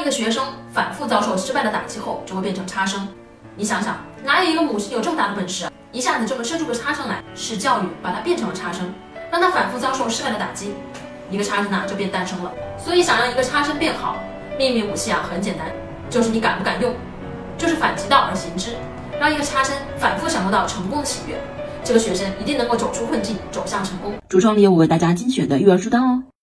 一个学生反复遭受失败的打击后，就会变成差生。你想想，哪有一个母亲有这么大的本事啊，一下子就能生出个差生来？是教育把他变成了差生，让他反复遭受失败的打击，一个差生就便诞生了。所以想让一个差生变好，秘密武器很简单，就是你敢不敢用，就是反其道而行之，让一个差生反复享受到成功的喜悦，这个学生一定能够走出困境，走向成功。 橱窗里有我为大家精选的育儿书单哦。